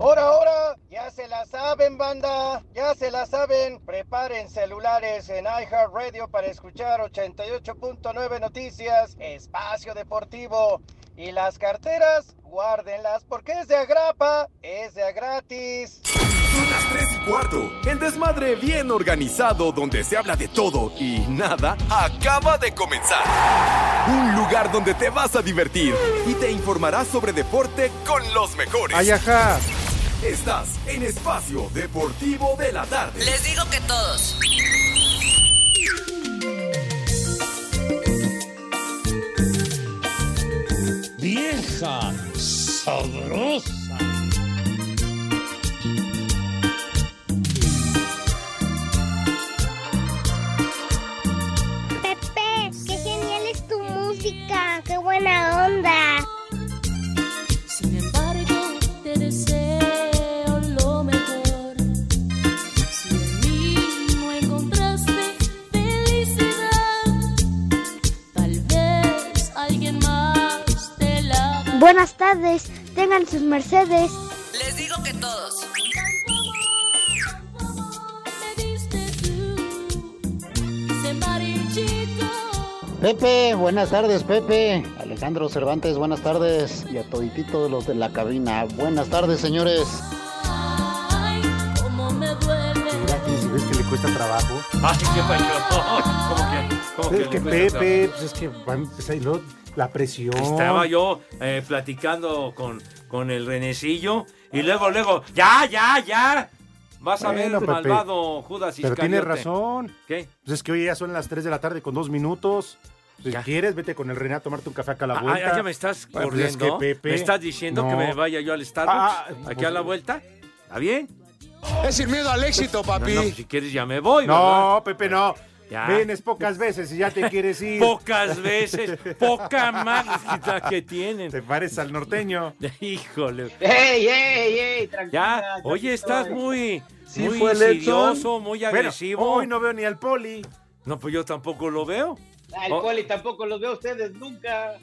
Ahora, ya se la saben, banda, ya se la saben. Preparen celulares en iHeartRadio para escuchar 88.9 Noticias, Espacio Deportivo. Y las carteras, guárdenlas porque es de agrapa, es de a gratis. Son las 3:15. El desmadre bien organizado donde se habla de todo y nada acaba de comenzar. Un lugar donde te vas a divertir y te informarás sobre deporte con los mejores. ¡Ay, ajá! Estás en Espacio Deportivo de la Tarde. Les digo que todos. Vieja sabrosa. Pepe, qué genial es tu música, qué buena onda. Sin embargo, te deseo lo mejor. Si en mí no encontraste felicidad, tal vez alguien más te la da. Buenas tardes, tengan sus mercedes. Les digo que todos. Me diste tú, ese marichito. Pepe, buenas tardes, Pepe. Alejandro Cervantes, buenas tardes. Y a toditito los de la cabina, buenas tardes, señores. Ay, cómo me duele. Mira, que si ves que le cuesta trabajo. Ay, qué pacho. ¿Cómo que Es que le cuesta Pepe, trabajo? pues es que va a empezar y luego la presión. Estaba yo platicando con el Renecillo y luego, ¡ya! Vas a Bueno, ver, Pepe, malvado Judas Pero Iscariote. tienes razón. ¿Qué? Pues es que hoy ya son las 3 de la tarde con 2 minutos. Si Ya. quieres, vete con el René a tomarte un café acá a la vuelta. Ya me estás Bueno, pues es corriendo. que, Pepe, ¿Me estás diciendo no. que me vaya yo al Starbucks? Aquí pues, a la vuelta. ¿Está bien? Es sin miedo al éxito, papi. No, si quieres ya me voy, No, Pepe, no. Ya. Vienes pocas veces y ya te quieres ir. Pocas veces, poca más que tienen. Te pareces al norteño. Híjole. ¡Ey! Tranquila. Ya, oye, estás muy Sí, fue el Edson. insidioso, muy agresivo. Bueno, hoy no veo ni al Poli. No, pues yo tampoco lo veo. El Poli tampoco los veo a ustedes nunca.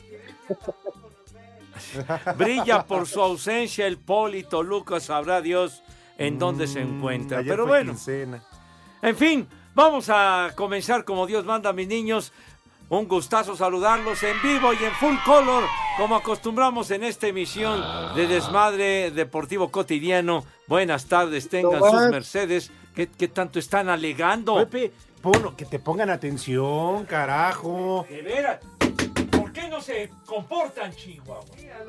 Brilla por su ausencia el Poli Toluca, sabrá Dios en dónde se encuentra. Ayer Pero fue bueno, quincena. en fin, vamos a comenzar como Dios manda, mis niños. Un gustazo saludarlos en vivo y en full color, como acostumbramos en esta emisión de Desmadre Deportivo Cotidiano. Buenas tardes, tengan sus mercedes. ¿Qué tanto están alegando? Pepe, que te pongan atención, carajo. De veras, ¿por qué no se comportan, Chihuahua?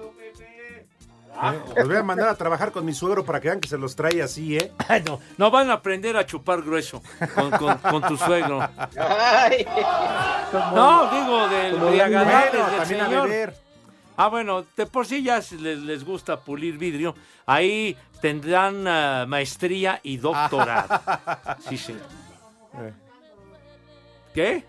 Los voy a mandar a trabajar con mi suegro para que vean que se los trae así, ¿eh? No van a aprender a chupar grueso con tu suegro. Ay. No, digo, de agarrarles Bueno, del también a señor. beber. Ah, bueno, de por sí ya les gusta pulir vidrio. Ahí tendrán maestría y doctorado. Sí, sí. ¿Qué?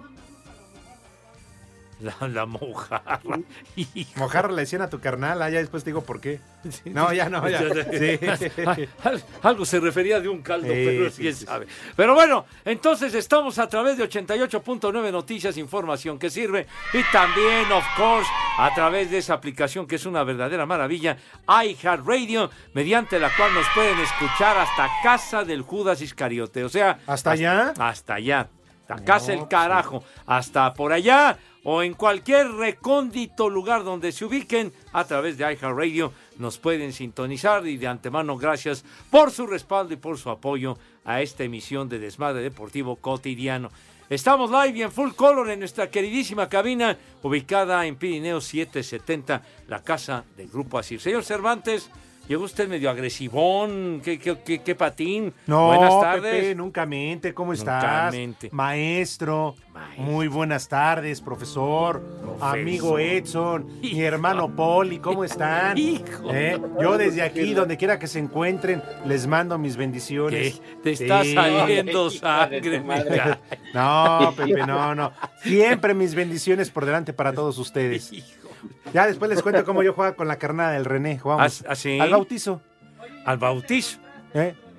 La mojarra. Mojarra le decían a tu carnal, ya después te digo por qué. No, ya. Sí. Algo se refería de un caldo, pero Sí, quién sí. sabe. Pero bueno, entonces estamos a través de 88.9 Noticias, información que sirve. Y también, of course, a través de esa aplicación que es una verdadera maravilla, iHeartRadio, mediante la cual nos pueden escuchar hasta casa del Judas Iscariote. O sea, ¿Hasta allá? Hasta allá. Hasta casa el carajo. Hasta por allá. O en cualquier recóndito lugar donde se ubiquen, a través de iHeartRadio nos pueden sintonizar, y de antemano gracias por su respaldo y por su apoyo a esta emisión de Desmadre Deportivo Cotidiano. Estamos live y en full color en nuestra queridísima cabina, ubicada en Pirineo 770, la casa del Grupo Asir. Señor Cervantes, llegó usted medio agresivón, qué patín. No, Buenas tardes. Pepe, nunca mente, ¿cómo estás? Nunca mente. Maestro, muy buenas tardes, profesor, amigo Edson, mi hermano Poli, ¿cómo están? Hijo. Yo desde aquí, donde quiera que se encuentren, les mando mis bendiciones. ¿Qué? Te está saliendo sangre. Mira. No, Pepe, no. Siempre mis bendiciones por delante para todos ustedes. Ya después les cuento cómo yo jugaba con la carnada del René. Jugamos ¿Así? al bautizo. ¿Al bautizo?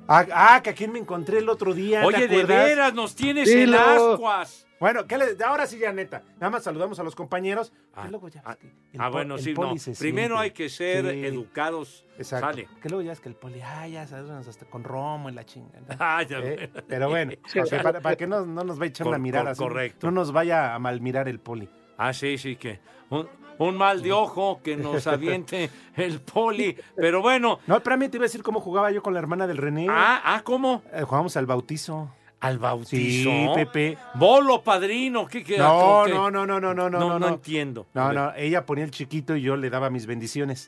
Que a quién me encontré el otro día. Oye, de veras, nos tienes en ascuas. Bueno, ahora sí ya neta. Nada más saludamos a los compañeros. Que luego ya, bueno, sí, no. Primero hay que ser educados. Exacto. Sale. Que luego ya es que el poli, ya sabes, hasta con romo en la chinga. Pero bueno, para que no nos vaya a echar una mirada. Correcto. No nos vaya a malmirar el poli. Sí, que un mal de ojo que nos aviente el poli. Pero bueno. No, espérame, te iba a decir cómo jugaba yo con la hermana del René. ¿Cómo? Jugábamos al bautizo. ¿Al bautizo? Sí, Pepe. Bolo, padrino, ¿qué queda? No entiendo. No, ella ponía el chiquito y yo le daba mis bendiciones.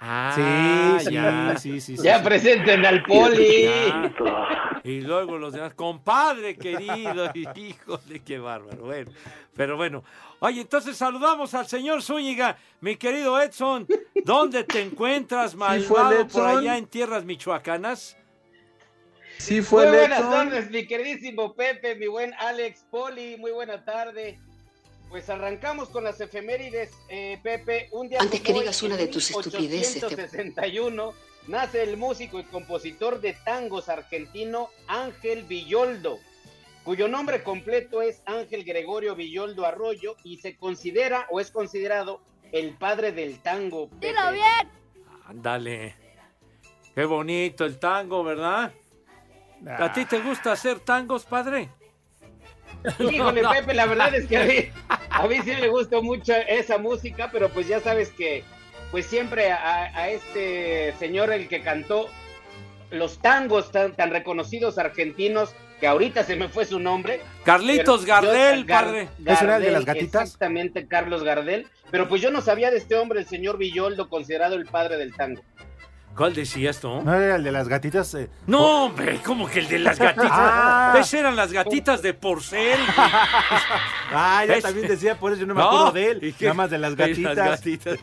Sí. Ya presenten al poli. Y luego los demás, compadre querido, híjole, qué bárbaro. Bueno, pero bueno. Oye, entonces saludamos al señor Zúñiga, mi querido Edson. ¿Dónde te encuentras, malvado, por allá en tierras michoacanas? Sí fue muy buenas tardes, mi queridísimo Pepe, mi buen Alex, Poli, muy buena tarde. Pues arrancamos con las efemérides, Pepe. Un día antes que digas una de tus estupideces. 1861 nace el músico y compositor de tangos argentino Ángel Villoldo, cuyo nombre completo es Ángel Gregorio Villoldo Arroyo y se considera o es considerado el padre del tango. Pepe. ¡Dilo bien! Ándale. Qué bonito el tango, ¿verdad? ¿A ti te gusta hacer tangos, padre? Híjole, Pepe, la verdad es que a mí sí me gusta mucho esa música, pero pues ya sabes que pues siempre a este señor, el que cantó los tangos tan reconocidos argentinos, que ahorita se me fue su nombre. Carlitos Gardel, padre. ¿Eso era el de las gatitas? Exactamente, Carlos Gardel. Pero pues yo no sabía de este hombre, el señor Villoldo, considerado el padre del tango. ¿Cuál decías tú? ¿No era el de las gatitas? No, hombre, ¿cómo que el de las gatitas? Esas eran las gatitas de Porcel. Ya también decía, por eso yo no me acuerdo de él. Nada más de las gatitas.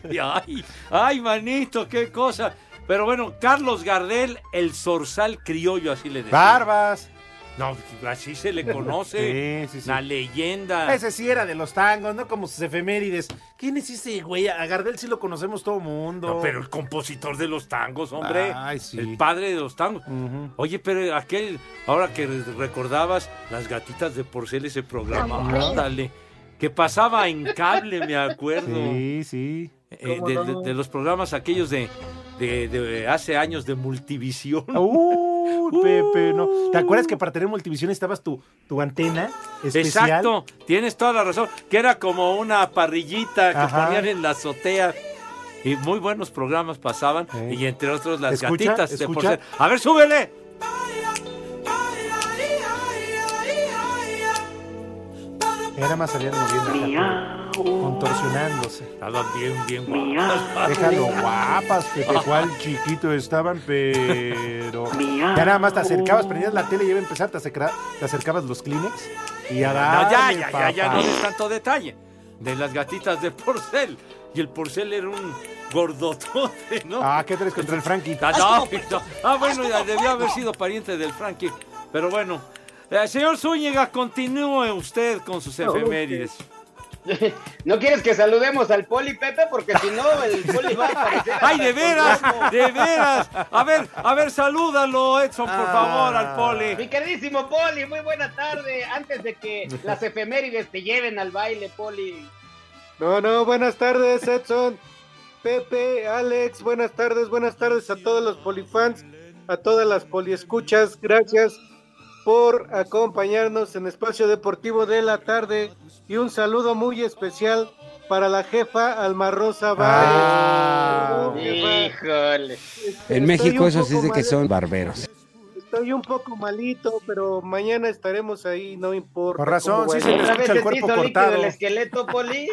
Ay, manito, qué cosa. Pero bueno, Carlos Gardel, el zorzal criollo, así le decía. Barbas. No, así se le conoce. Sí. La leyenda. Ese sí era de los tangos, no como sus efemérides. ¿Quién es ese güey? A Gardel sí lo conocemos todo mundo. No, pero el compositor de los tangos, hombre. Sí. El padre de los tangos. Oye, pero ahora que recordabas las gatitas de Porcel, ese programa, ándale, que pasaba en cable, me acuerdo. Sí. De los programas aquellos de hace años de Multivisión. Pepe, no. ¿Te acuerdas que para tener Multivisión estabas tu antena especial? Exacto, tienes toda la razón, que era como una parrillita que ponían en la azotea. Y muy buenos programas pasaban, y entre otros las gatitas de Porcel. A ver, súbele. Era más salían moviendo, contorsionándose. Estaban bien guapas. Déjalo guapas, Pepe, cuál chiquito estaban, pero ya nada más te acercabas, prendías la tele y iba a empezar, te acercabas los Kleenex y ya ya no des tanto detalle de las gatitas de Porcel. Y el Porcel era un gordotote, ¿no? ¿Qué traes contra el Frankie? Bueno, ya debió haber sido pariente del Frankie, pero bueno. Señor Zúñiga, continúe usted con sus efemérides. ¿No quieres que saludemos al Poli, Pepe? Porque si no, el Poli va a aparecer. ¡Ay, de veras! A ver, salúdalo, Edson, por favor, al Poli. Mi queridísimo Poli, muy buena tarde. Antes de que las efemérides te lleven al baile, Poli. No, buenas tardes, Edson, Pepe, Alex, buenas tardes a todos los polifans, a todas las poliescuchas, gracias por acompañarnos en Espacio Deportivo de la Tarde y un saludo muy especial para la jefa Alma Rosa Báez. Híjole. En México eso sí es de que son barberos. Estoy un poco malito, pero mañana estaremos ahí, no importa. Con razón, sí se le escucha el cuerpo cortado. ¿El esqueleto, Poli?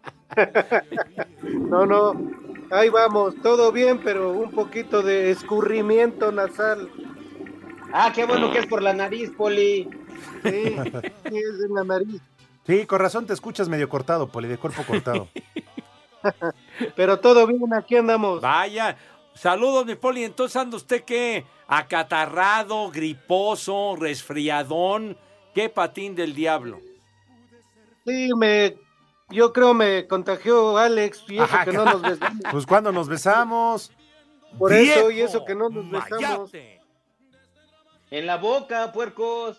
No, ahí vamos, todo bien, pero un poquito de escurrimiento nasal. Qué bueno que es por la nariz, Poli. Sí, es en la nariz. Sí, con razón te escuchas medio cortado, Poli, de cuerpo cortado. Pero todo bien, aquí andamos. Vaya, saludos, mi Poli. Entonces, ¿anda usted qué? Acatarrado, griposo, resfriadón. ¿Qué patín del diablo? Sí, yo creo me contagió Alex y eso que no nos besamos. Pues cuando nos besamos. Por eso y eso que no nos besamos. En la boca, puercos.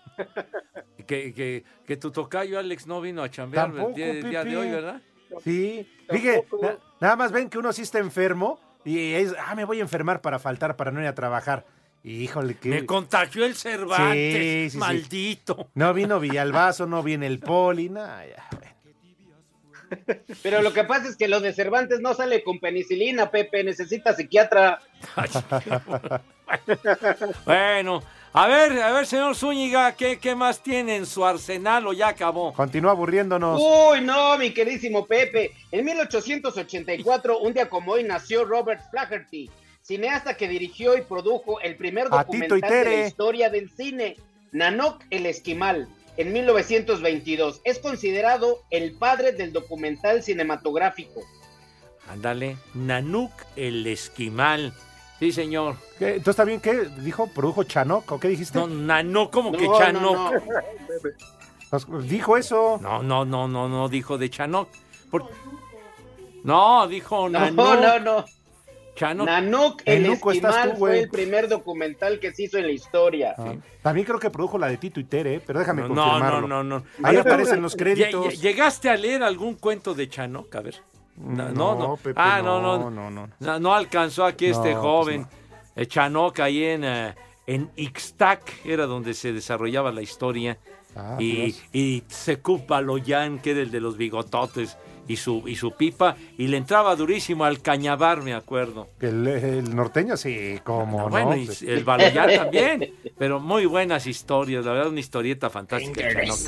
Que tu tocayo Alex no vino a chambear Tampoco, el día de hoy, ¿verdad? Sí. Dije, nada más ven que uno sí está enfermo y es, me voy a enfermar para faltar, para no ir a trabajar. Y híjole, que... Me contagió el Cervantes, sí, maldito. Sí. No vino Villalbazo, no viene el Poli, nada, ya. Pero lo que pasa es que lo de Cervantes no sale con penicilina, Pepe, necesita psiquiatra. Bueno, a ver, señor Zúñiga, ¿qué más tiene en su arsenal o ya acabó? Continúa aburriéndonos. Uy, no, mi queridísimo Pepe. En 1884, un día como hoy, nació Robert Flaherty, cineasta que dirigió y produjo el primer documental de la historia del cine, Nanook el Esquimal, en 1922. Es considerado el padre del documental cinematográfico. Ándale, Nanook el Esquimal. Sí, señor. ¿Qué? ¿Entonces está bien qué? ¿Dijo? ¿Produjo Chanok o qué dijiste? No, Nanook, ¿cómo que Chanok? No. ¿Dijo eso? No, dijo de Chanok. No, dijo Nanook. No. Nanook el Esquimal fue el primer documental que se hizo en la historia. Sí. También creo que produjo la de Tito y Tere, pero déjame confirmarlo. No. Ahí aparecen los créditos. ¿Llegaste a leer algún cuento de Chanok? A ver. No. Pepe, no alcanzó aquí joven. Pues Chanok ahí en Ixtac era donde se desarrollaba la historia. Y Sekup Baloyan, que era el de los bigototes, y su pipa, y le entraba durísimo al Cañabar, me acuerdo. El norteño, sí, como bueno, y el Baloyan también, pero muy buenas historias, la verdad, una historieta fantástica.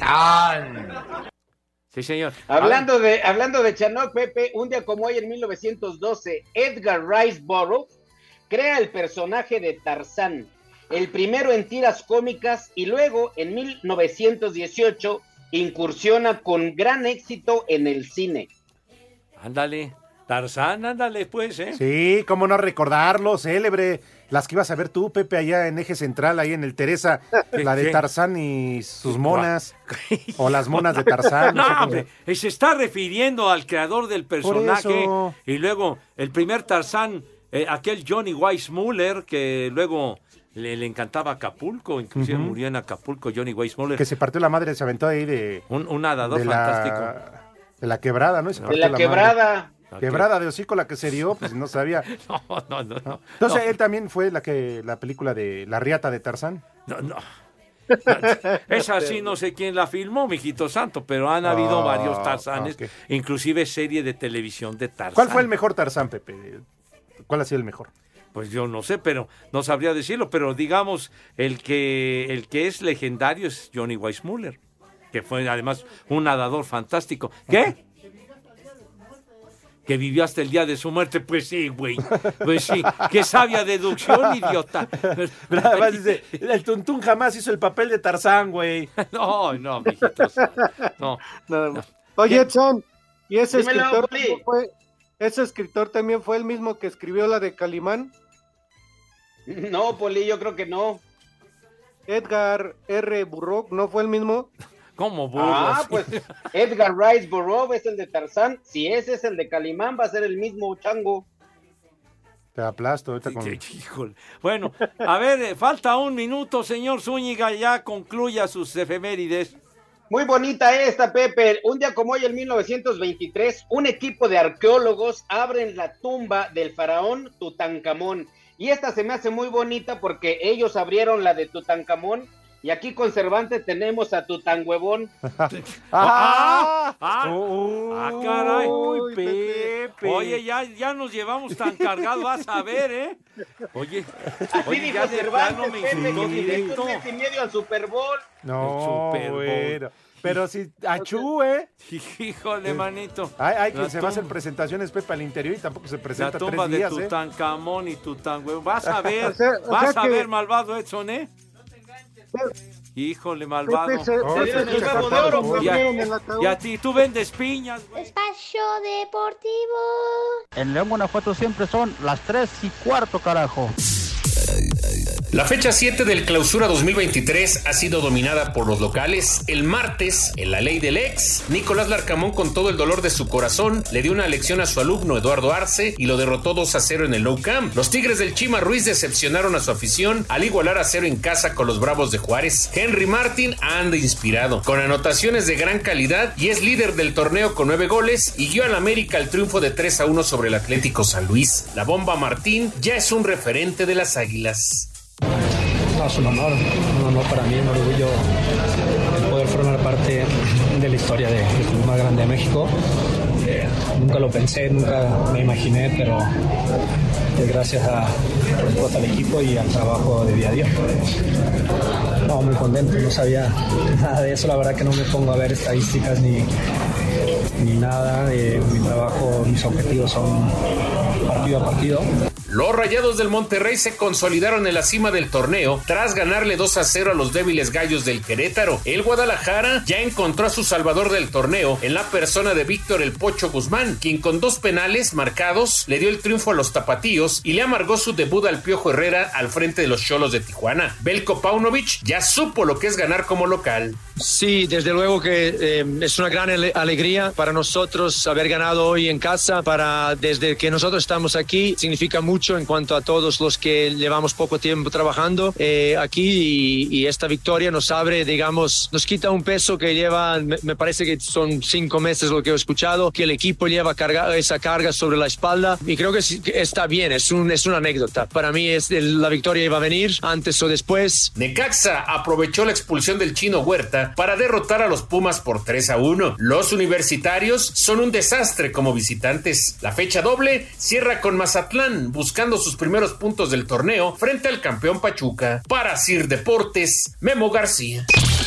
Sí, señor. Hablando de Chanok, Pepe, un día como hoy en 1912, Edgar Rice Burroughs crea el personaje de Tarzán, el primero en tiras cómicas, y luego en 1918 incursiona con gran éxito en el cine. Ándale, Tarzán, ándale pues, ¿eh? Sí, cómo no recordarlo, célebre. Las que ibas a ver tú, Pepe, allá en Eje Central, ahí en el Teresa, la de Tarzán y sus monas, o las monas de Tarzán. No, hombre, se está refiriendo al creador del personaje, y luego el primer Tarzán, aquel Johnny Weissmuller, que luego le encantaba Acapulco, inclusive murió en Acapulco Johnny Weissmuller. Que se partió la madre, se aventó ahí de... Un nadador fantástico. De la quebrada, ¿no? De la quebrada. Quebrada de hocico la que se dio, pues no sabía. No. Entonces él también fue la película de La Riata de Tarzán. No. Esa sí no sé quién la filmó, mijito santo, pero han habido varios Tarzanes, inclusive serie de televisión de Tarzán. ¿Cuál fue el mejor Tarzán, Pepe? ¿Cuál ha sido el mejor? Pues yo no sé, pero no sabría decirlo, pero digamos, el que es legendario es Johnny Weissmuller, que fue además un nadador fantástico. ¿Qué? Que vivió hasta el día de su muerte. Pues sí, güey. Pues sí. Qué sabia deducción, idiota. Además dice, el Tuntún jamás hizo el papel de Tarzán, güey. No, mijitos. No. Oye, Edson, ¿y ese escritor también fue el mismo que escribió la de Calimán? No, Poli, yo creo que no. Edgar R. Burroughs, ¿no fue el mismo? ¿Cómo Burroughs? Pues Edgar Rice Burroughs es el de Tarzán. Si ese es el de Calimán, va a ser el mismo chango. Te aplasto ahorita con... Híjole. Bueno, a ver, falta un minuto, señor Zúñiga, ya concluya sus efemérides. Muy bonita esta, Pepe. Un día como hoy, en 1923, un equipo de arqueólogos abren la tumba del faraón Tutankamón. Y esta se me hace muy bonita porque ellos abrieron la de Tutankamón. Y aquí con Cervantes tenemos a Tutanhuevón. Caray. Pepe. Oye, ya nos llevamos tan cargados, vas a ver, ¿eh? Oye, dijo ya Cervantes, me Pepe, insultó directo 3:30 al Super Bowl. No, Super Bowl. Bueno. Pero si achú, Híjole, manito. Hay quien se va a hacer presentaciones, Pepe, al interior y tampoco se presenta 3 días. La tumba de Tutankamón y Tutanhuevón. Vas a ver, vas a ver, malvado Edson, ¿eh? Híjole, malvado. Y a ti, tú vendes piñas, güey. Espacio Deportivo. En León, Guanajuato siempre son las 3:15, carajo. La fecha 7 del Clausura 2023 ha sido dominada por los locales. El martes, en la ley del ex, Nicolás Larcamón, con todo el dolor de su corazón, le dio una lección a su alumno Eduardo Arce y lo derrotó 2-0 en el Nou Camp. Los Tigres del Chima Ruiz decepcionaron a su afición al igualar a 0 en casa con los Bravos de Juárez. Henry Martin anda inspirado, con anotaciones de gran calidad, y es líder del torneo con 9 goles y guió al América al triunfo de 3-1 sobre el Atlético San Luis. La Bomba Martín ya es un referente de las Águilas. No, es un honor para mí, un orgullo poder formar parte de la historia del club más grande de México. Nunca lo pensé, nunca me imaginé, pero es gracias al equipo y al trabajo de día a día. No, muy contento, no sabía nada de eso, la verdad que no me pongo a ver estadísticas ni nada. Mi trabajo, mis objetivos son partido a partido. Los Rayados del Monterrey se consolidaron en la cima del torneo tras ganarle 2-0 a los débiles Gallos del Querétaro. El Guadalajara ya encontró a su salvador del torneo en la persona de Víctor El Pocho Guzmán, quien con 2 penales marcados le dio el triunfo a los tapatíos y le amargó su debut al Piojo Herrera al frente de los Xolos de Tijuana. Belko Paunovic ya supo lo que es ganar como local. Sí, desde luego que es una gran alegría para nosotros haber ganado hoy en casa. Desde que nosotros estamos aquí significa mucho en cuanto a todos los que llevamos poco tiempo trabajando aquí, y esta victoria nos abre, digamos, nos quita un peso que lleva, me parece que son 5 meses lo que he escuchado, que el equipo lleva esa carga sobre la espalda, y creo que está bien, es una anécdota. Para mí la victoria iba a venir antes o después. Necaxa aprovechó la expulsión del Chino Huerta para derrotar a los Pumas por 3-1. Los universitarios son un desastre como visitantes. La fecha doble cierra con Mazatlán buscando sus primeros puntos del torneo frente al campeón Pachuca. Para Sir Deportes, Memo García.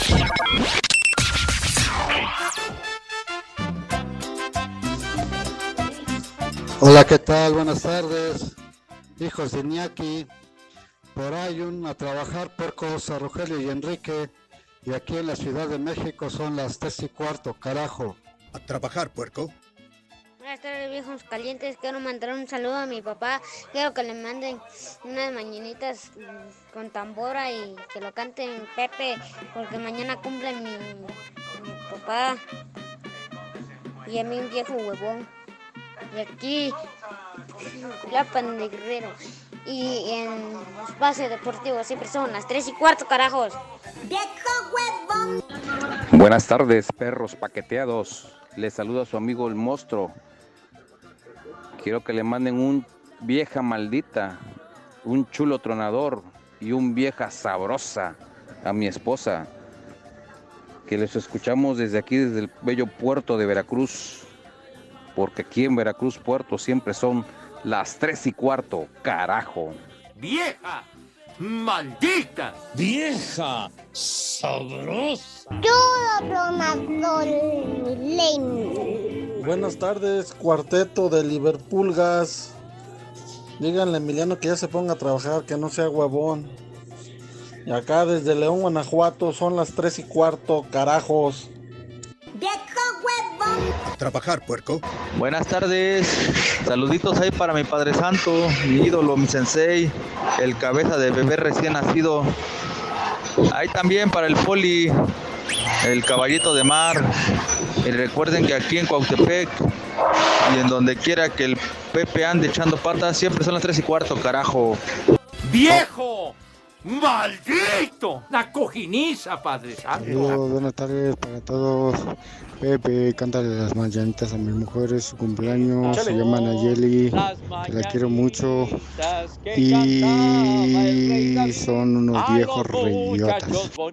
Hola, ¿qué tal? Buenas tardes, hijos de Iñaki. Por ahí a trabajar puercos a Rogelio y Enrique, y aquí en la Ciudad de México son las 3:15, carajo. A trabajar, puerco. Buenas tardes, viejos calientes. Quiero mandar un saludo a mi papá. Quiero que le manden unas mañanitas con tambora y que lo canten Pepe, porque mañana cumple mi papá. Y a mí un viejo huevón. Y aquí, Lapan de Guerrero. Y en Espacio Deportivo siempre son las 3:15, carajos. ¡Viejo huevón! Buenas tardes, perros paqueteados. Les saluda a su amigo el Monstruo. Quiero que le manden un vieja maldita, un chulo tronador y un vieja sabrosa a mi esposa, que les escuchamos desde aquí, desde el bello puerto de Veracruz, porque aquí en Veracruz Puerto siempre son las 3:15, carajo. ¡Vieja maldita! ¡Vieja sabrosa! Yo lo Buenas tardes, cuarteto de Liverpoolgas. Díganle a Emiliano que ya se ponga a trabajar, que no sea huevón. Y acá desde León, Guanajuato, son las 3:15, carajos. A trabajar, puerco. Buenas tardes, saluditos ahí para mi Padre Santo, mi ídolo, mi sensei, el cabeza de bebé recién nacido. Ahí también para el Poli, el caballito de mar. Y recuerden que aquí en Cuautepec y en donde quiera que el Pepe ande echando patas, siempre son las 3:15, carajo. ¡Viejo maldito! ¡La cojiniza, Padre Santo! Saludos, buenas tardes para todos. Pepe, cántale las mañanitas a mi mujer, es su cumpleaños, se llama Nayeli, que la quiero mucho, y son unos viejos reidiotas.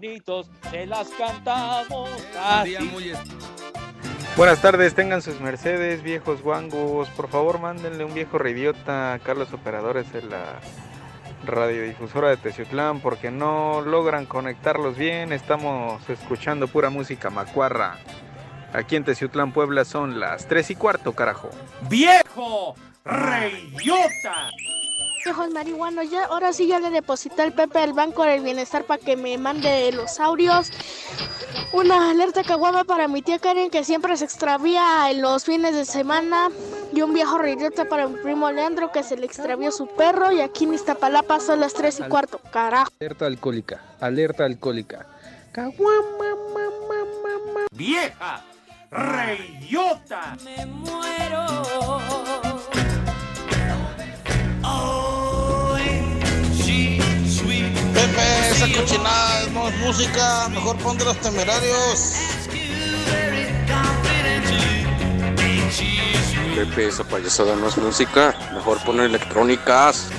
Buenas tardes, tengan sus mercedes, viejos guangos, por favor mándenle un viejo reidiota a Carlos Operadores de la radiodifusora de Teciutlán, porque no logran conectarlos bien, estamos escuchando pura música macuarra. Aquí en Teciutlán, Puebla, son las 3:15, carajo. ¡Viejo reidiota! Viejos marihuanos, ahora sí ya le deposité al Pepe al Banco del Bienestar para que me mande los audios. Una alerta caguama para mi tía Karen, que siempre se extravía en los fines de semana. Y un viejo reyota para mi primo Leandro, que se le extravió su perro. Y aquí en Iztapalapa son las 3:15. Carajo. Alerta alcohólica, alerta alcohólica. ¡Vieja! ¡Reyota! Me muero. Pepe, esa cochinada no es música, mejor ponte Los Temerarios. Pepe, esa payasada no es música, mejor poner electrónicas.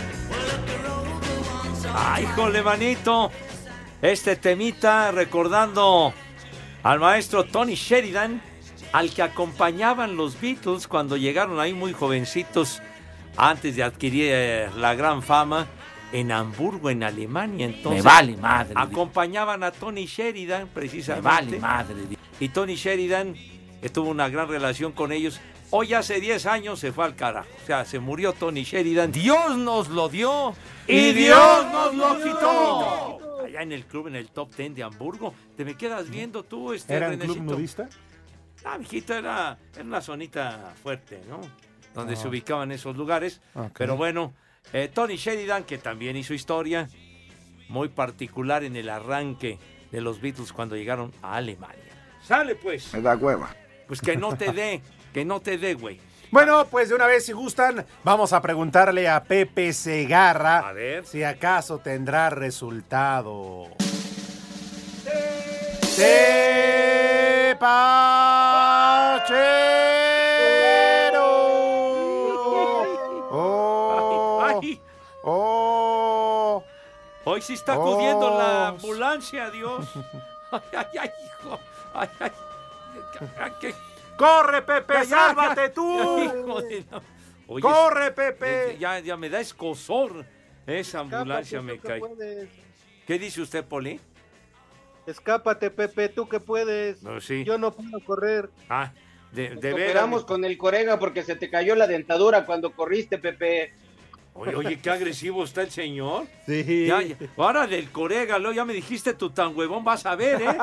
¡Ay, jole, manito! Este temita recordando al maestro Tony Sheridan, al que acompañaban los Beatles cuando llegaron ahí muy jovencitos, antes de adquirir la gran fama, en Hamburgo, en Alemania. Entonces, me vale madre. Acompañaban a Tony Sheridan, precisamente. Me vale madre. Y Tony Sheridan tuvo una gran relación con ellos. Hoy hace 10 años se fue al carajo. O sea, se murió Tony Sheridan. Dios nos lo dio y Dios nos lo quitó. Allá en el club, en el top 10 de Hamburgo. ¿Te me quedas viendo tú? ¿Era un Renecito? club nudista? Ah, mijito, era una zonita fuerte, ¿no? Donde se ubicaban esos lugares. Okay. Pero bueno, Tony Sheridan, que también hizo historia muy particular en el arranque de los Beatles cuando llegaron a Alemania. ¡Sale, pues! Me da hueva. Pues que no te dé, güey. Bueno, pues de una vez, si gustan, vamos a preguntarle a Pepe Segarra A ver. si acaso tendrá resultado. Hoy sí está acudiendo la ambulancia, Dios. Ay, hijo. ¡Corre, Pepe! ¡Sálvate tú! Hijo de no. Oye, ¡corre, Pepe! Ya me da escozor. Esa ambulancia me cae. ¿Qué dice usted, Poli? Escápate, Pepe, tú que puedes. No, sí. Yo no puedo correr. Ah, de veras. Esperamos con el Corega porque se te cayó la dentadura cuando corriste, Pepe. Oye, qué agresivo está el señor. Sí. Ya. Ahora del Corega, ya me dijiste tú tan huevón, vas a ver, ¿eh?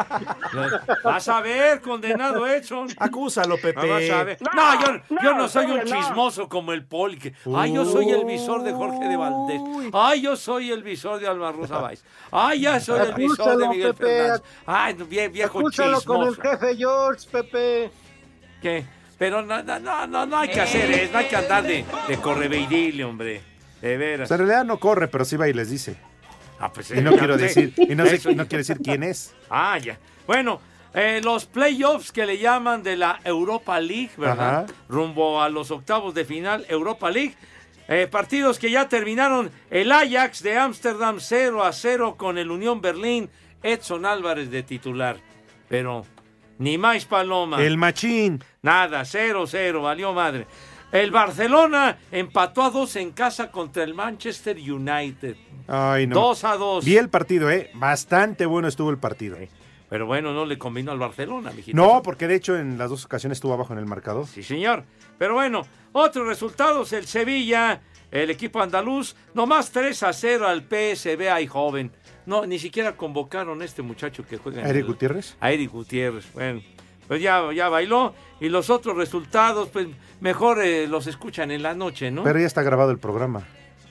Vas a ver, condenado Edson. Acúsalo, Pepe. Vas a ver. No, yo no soy un chismoso como el Poli. Ay, yo soy el visor de Jorge de Valdés. Ay, yo soy el visor de Alma Rosa Báez. Ay, ya soy el visor de Miguel Fernández. Ay, viejo Acúsalo chismoso. con el jefe George, Pepe. ¿Qué? Pero no hay que hacer eso, no hay que andar de correveidile, hombre. De veras. O sea, en realidad no corre, pero sí va y les dice. Ah, pues, y no quiero decir, y no quiere decir quién es. Ah, ya. Bueno, los playoffs que le llaman de la Europa League, ¿verdad? Ajá. Rumbo a los octavos de final Europa League. Partidos que ya terminaron. El Ajax de Ámsterdam 0-0 con el Unión Berlín. Edson Álvarez de titular. Pero ni más paloma. El machín. Nada, 0-0, valió madre. El Barcelona empató a 2 en casa contra el Manchester United. Ay, no. 2-2. Vi el partido, bastante bueno estuvo el partido. Pero bueno, no le combinó al Barcelona, mijito. No, porque de hecho en las dos ocasiones estuvo abajo en el marcador. Sí, señor. Pero bueno, otros resultados. El Sevilla, el equipo andaluz, nomás 3-0 al PSV Eindhoven. No, ni siquiera convocaron a este muchacho que juega en ¿A Eric Gutiérrez? A Eric Gutiérrez, bueno. Pues ya bailó. Y los otros resultados, pues mejor los escuchan en la noche, ¿no? Pero ya está grabado el programa.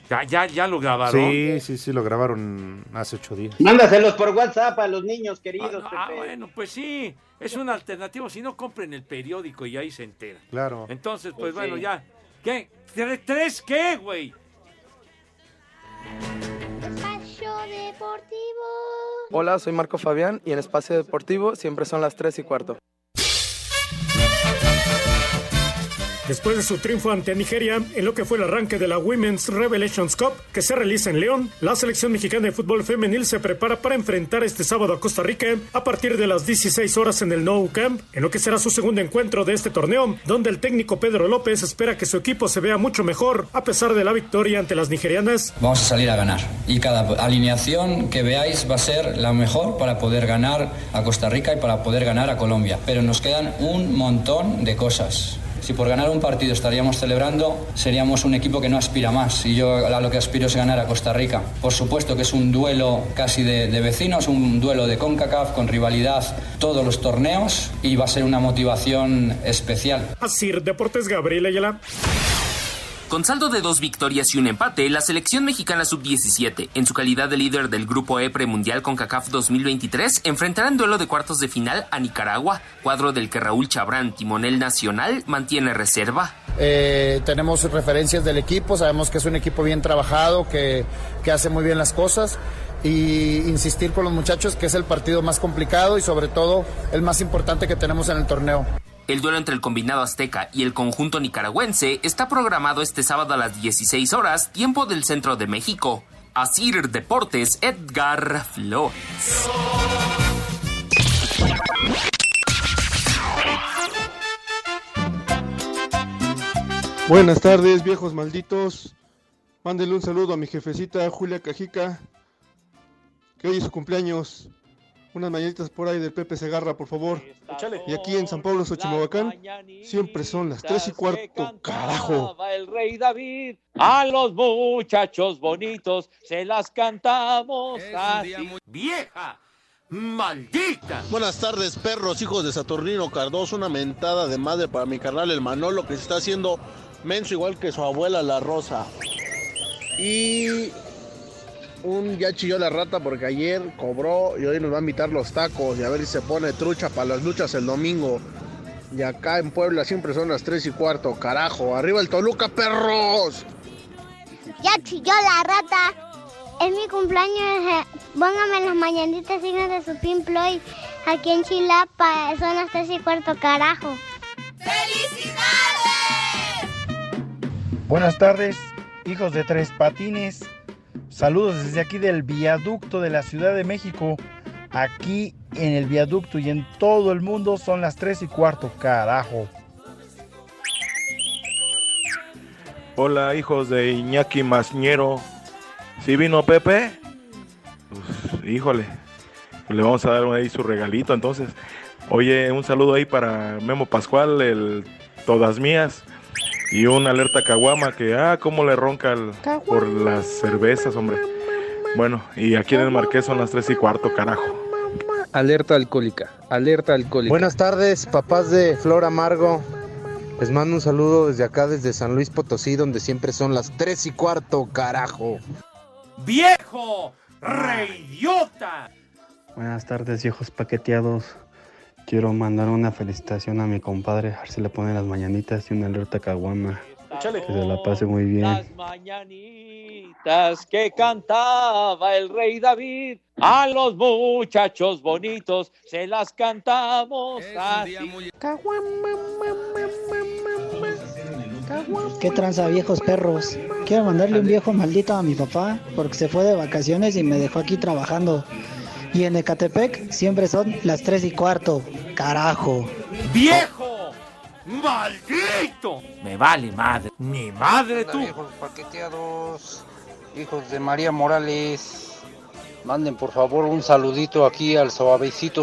Ya lo grabaron. Sí, lo grabaron hace 8 días. Mándaselos por WhatsApp a los niños queridos, Pepe. Bueno, pues sí, es una alternativa. Si no, compren el periódico y ahí se enteran. Claro. Entonces, pues Sí. bueno, ya. ¿Qué? ¿Tres qué, güey? Espacio Deportivo. Hola, soy Marco Fabián y en Espacio Deportivo siempre son las 3:15. Después de su triunfo ante Nigeria en lo que fue el arranque de la Women's Revelations Cup que se realiza en León, la selección mexicana de fútbol femenil se prepara para enfrentar este sábado a Costa Rica a partir de las 16 horas en el Nou Camp, en lo que será su segundo encuentro de este torneo, donde el técnico Pedro López espera que su equipo se vea mucho mejor a pesar de la victoria ante las nigerianas. Vamos a salir a ganar y cada alineación que veáis va a ser la mejor para poder ganar a Costa Rica y para poder ganar a Colombia, pero nos quedan un montón de cosas. Si por ganar un partido estaríamos celebrando, seríamos un equipo que no aspira más. Y yo a lo que aspiro es ganar a Costa Rica. Por supuesto que es un duelo casi de vecinos, un duelo de CONCACAF con rivalidad todos los torneos y va a ser una motivación especial. Asir Deportes, Gabriel Ayala. Con saldo de 2 victorias y un empate, la selección mexicana sub-17, en su calidad de líder del Grupo E premundial CONCACAF 2023, enfrentará en duelo de cuartos de final a Nicaragua, cuadro del que Raúl Chabrán, timonel nacional, mantiene reserva. Tenemos referencias del equipo, sabemos que es un equipo bien trabajado, que hace muy bien las cosas, y insistir con los muchachos que es el partido más complicado y sobre todo el más importante que tenemos en el torneo. El duelo entre el combinado azteca y el conjunto nicaragüense está programado este sábado a las 16 horas, tiempo del centro de México. Asir Deportes, Edgar Flores. Buenas tardes, viejos malditos. Mándenle un saludo a mi jefecita Julia Cajica, que hoy es su cumpleaños. Unas mañanitas por ahí del Pepe Segarra, por favor. Y aquí en San Pablo, Xochimalhuacán, siempre son las 3:15, carajo. El rey David, a los muchachos bonitos se las cantamos así. ¡Vieja! ¡Maldita! Buenas tardes, perros, hijos de Saturnino Cardoso. Una mentada de madre para mi carnal el Manolo, que se está haciendo menso igual que su abuela la Rosa. Y ya chilló la rata porque ayer cobró y hoy nos va a invitar los tacos y a ver si se pone trucha para las luchas el domingo. Y acá en Puebla siempre son las 3:15, carajo. ¡Arriba el Toluca, perros! Ya chilló la rata. Es mi cumpleaños. Póngame las mañanitas signos de su Pink Floyd aquí en Chilapa. Son las 3:15, carajo. ¡Felicidades! Buenas tardes, hijos de Tres Patines. Saludos desde aquí del viaducto de la Ciudad de México. Aquí en el viaducto y en todo el mundo son las 3:15, carajo. Hola, hijos de Iñaki Masñero. ¿Sí vino Pepe? Pues, híjole, le vamos a dar ahí su regalito entonces. Oye, un saludo ahí para Memo Pascual, el Todas Mías. Y una alerta caguama que, cómo le ronca por las cervezas, hombre. Bueno, y aquí en el Marqués son las 3:15, carajo. Alerta alcohólica, alerta alcohólica. Buenas tardes, papás de Flor Amargo. Les mando un saludo desde acá, desde San Luis Potosí, donde siempre son las 3:15, carajo. ¡Viejo! ¡Reidiota! Buenas tardes, viejos paqueteados. Quiero mandar una felicitación a mi compadre, a ver si le ponen las mañanitas y una alerta caguama. Que se la pase muy bien. Las mañanitas que cantaba el rey David, a los muchachos bonitos se las cantamos así. ¿Qué tranza, viejos perros? Quiero mandarle un viejo maldito a mi papá porque se fue de vacaciones y me dejó aquí trabajando. Y en Ecatepec siempre son las 3:15, carajo. ¡Viejo! ¡Maldito! Me vale madre. ¡Mi madre tú! Viejos paqueteados, hijos de María Morales, manden por favor un saludito aquí al suavecito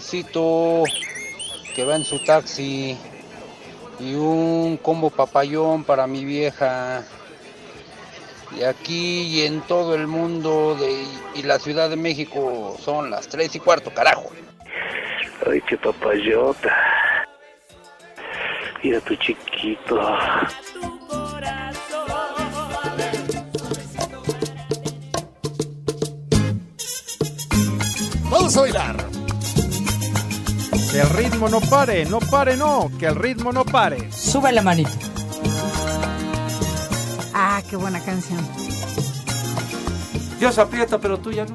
que va en su taxi. Y un combo papayón para mi vieja. Y aquí y en todo el mundo y la Ciudad de México son las 3:15, carajo. Ay, qué papayota. Mira tu chiquito. Vamos a bailar. Que el ritmo no pare, que el ritmo no pare. Sube la manita. Ah, qué buena canción. Dios aprieta, pero tú ya no.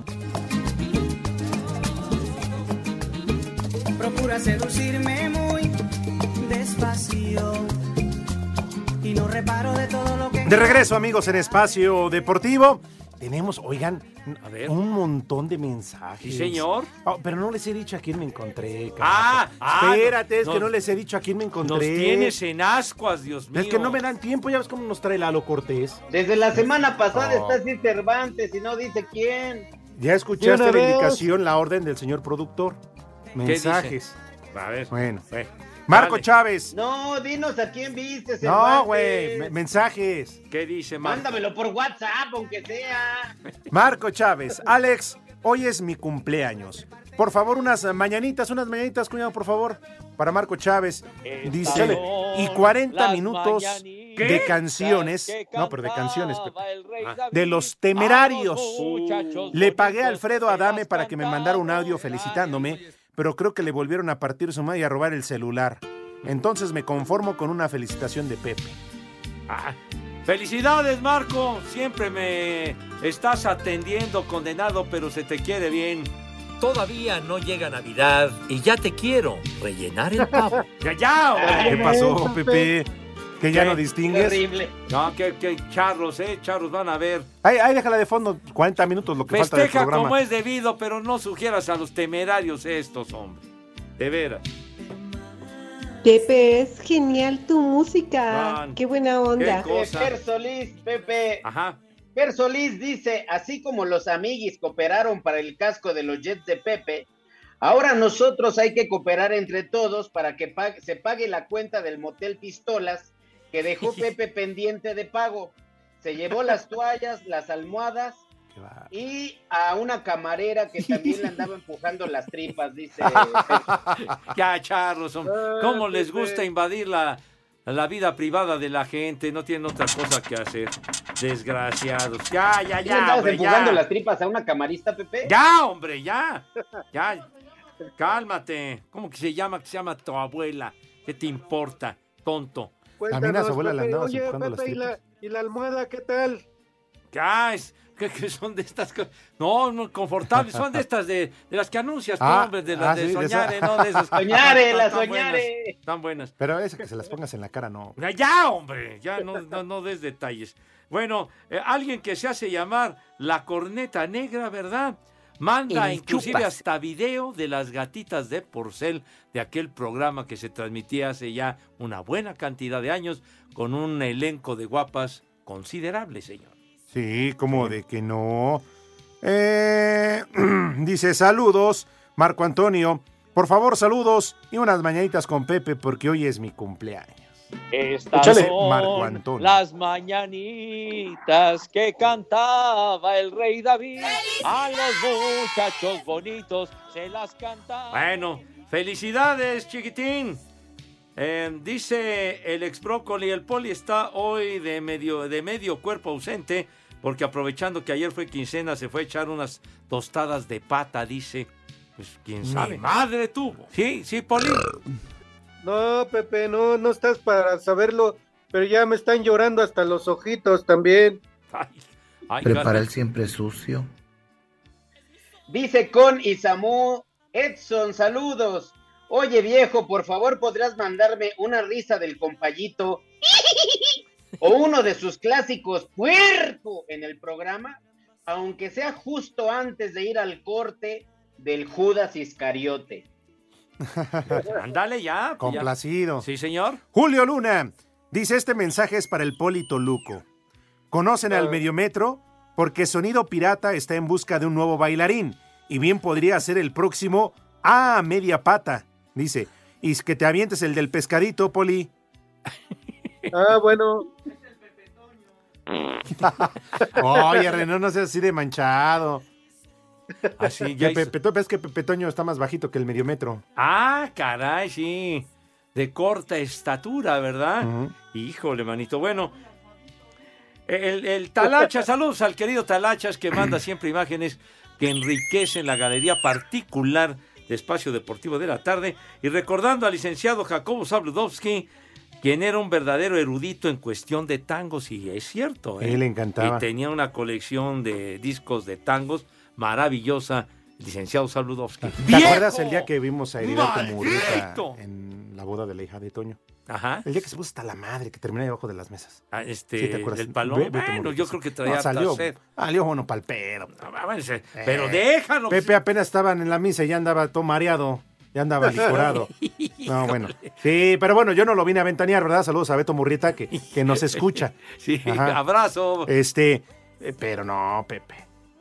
Procura seducirme muy despacio y no reparo de todo lo que... De regreso, amigos, en Espacio Deportivo. Tenemos, oigan, a ver, un montón de mensajes. Sí, señor. Oh, pero no les he dicho a quién me encontré. Espérate, es que no les he dicho a quién me encontré. Nos tienes en ascuas, Dios mío. Es que no me dan tiempo, ya ves cómo nos trae Lalo Cortés. Desde la semana pasada está así Cervantes y no dice quién. Ya escuchaste la indicación, la orden del señor productor. Mensajes. A ver. Bueno, Marco Dale. Chávez. No, dinos a quién viste, Cervantes. No, güey, mensajes. ¿Qué dice Marco? Mándamelo por WhatsApp, aunque sea. Marco Chávez. Alex, hoy es mi cumpleaños. Por favor, unas mañanitas, cuñado, por favor. Para Marco Chávez. Dice, y 40 minutos de canciones. No, pero de canciones, Pepe. De Los Temerarios. Le pagué a Alfredo Adame para que me mandara un audio felicitándome, pero creo que le volvieron a partir su madre y a robar el celular. Entonces me conformo con una felicitación de Pepe. Felicidades, Marco. Siempre me estás atendiendo, condenado, pero se te quiere bien. Todavía no llega Navidad y ya te quiero rellenar el pavo. ¡Ya! ¿Qué pasó, Pepe? ¿Que ya ¿Qué? no distingues? Horrible. No, que charros, charros van a ver. Ahí déjala de fondo, 40 minutos lo que falta del Festeja programa. como es debido, pero no sugieras a los temerarios estos, hombre. De veras. Pepe, es genial tu música. Man, qué buena onda. Per Solís, Pepe. Ajá. Per Solís dice, así como los amiguis cooperaron para el casco de los Jets de Pepe, ahora nosotros hay que cooperar entre todos para que se pague la cuenta del motel Pistolas que dejó Pepe pendiente de pago. Se llevó las toallas, las almohadas y a una camarera que también le andaba empujando las tripas, dice Pepe. Ya, charros, hombre. ¿Cómo les gusta invadir la vida privada de la gente? No tienen otra cosa que hacer. Desgraciados. Ya, ¿Y le andabas hombre, empujando ya. las tripas a una camarista, Pepe? Ya, hombre, ya. Ya. Cálmate. ¿Cómo que se llama? Que se llama tu abuela. ¿Qué te importa, tonto? También a su abuela le andabas Oye, empujando las Pepe, tripas. ¿y la almohada qué tal? ¿Qué son de estas cosas? No, confortables. Son de estas de las que anuncias tú, hombre, de las de sí, Soñare, esa. ¿no? De esas. Soñare, la Tan Soñare. Están buenas. Pero eso que se las pongas en la cara, no. Ya, hombre, ya no des detalles. Bueno, alguien que se hace llamar la Corneta Negra, ¿verdad? Manda El inclusive Chupas. hasta video de las gatitas de Porcel de aquel programa que se transmitía hace ya una buena cantidad de años con un elenco de guapas considerable, señor. Sí, como de que no. Dice, saludos, Marco Antonio. Por favor, saludos y unas mañanitas con Pepe porque hoy es mi cumpleaños. Estas Échale, son Marco Antonio. las mañanitas que cantaba el rey David. A los muchachos bonitos se las cantaba. Bueno, felicidades, chiquitín. Dice el ex Brócoli, el Poli está hoy de medio cuerpo ausente porque aprovechando que ayer fue quincena se fue a echar unas tostadas de pata, dice. Pues quién sabe. Mi madre tuvo. Sí, Poli. No, Pepe, no estás para saberlo, pero ya me están llorando hasta los ojitos también. Prepara el siempre sucio. Dice con Isamu Edson, saludos. Oye, viejo, por favor, ¿podrías mandarme una risa del compayito o uno de sus clásicos puerco en el programa? Aunque sea justo antes de ir al corte del Judas Iscariote. Ándale ya. Complacido. Sí, señor. Julio Luna dice, este mensaje es para el Poli Toluco. ¿Conocen al Mediometro? Porque Sonido Pirata está en busca de un nuevo bailarín y bien podría ser el próximo Media Pata. Dice, y que te avientes el del pescadito, Poli. Bueno. Oye, René, no seas así de manchado. Así ya ves que Pepe Toño está más bajito que el Mediometro. Ah, caray, sí. De corta estatura, ¿verdad? Híjole, manito. Bueno, el Talachas, saludos al querido Talachas que manda siempre imágenes que enriquecen la galería particular de Espacio Deportivo de la Tarde. Y recordando al licenciado Jacobo Zabludowski, quien era un verdadero erudito en cuestión de tangos, y es cierto. Él le encantaba. Y tenía una colección de discos de tangos maravillosa, el licenciado Zabludowski. ¿Te acuerdas el día que vimos a Heriberto Murrieta en la boda de la hija de Toño? Ajá. El día que se puso hasta la madre, que terminó debajo de las mesas. ¿Sí te acuerdas? El palón. Bueno, yo creo que traía salió sed. Salió bueno pa'l pedo. Pero déjalo. Pepe apenas estaban en la misa y ya andaba todo mareado. Ya andaba licorado. No, bueno. Sí, pero bueno, yo no lo vine a ventanear, ¿verdad? Saludos a Beto Murrieta que nos escucha. Sí, Ajá. abrazo. Pero no, Pepe.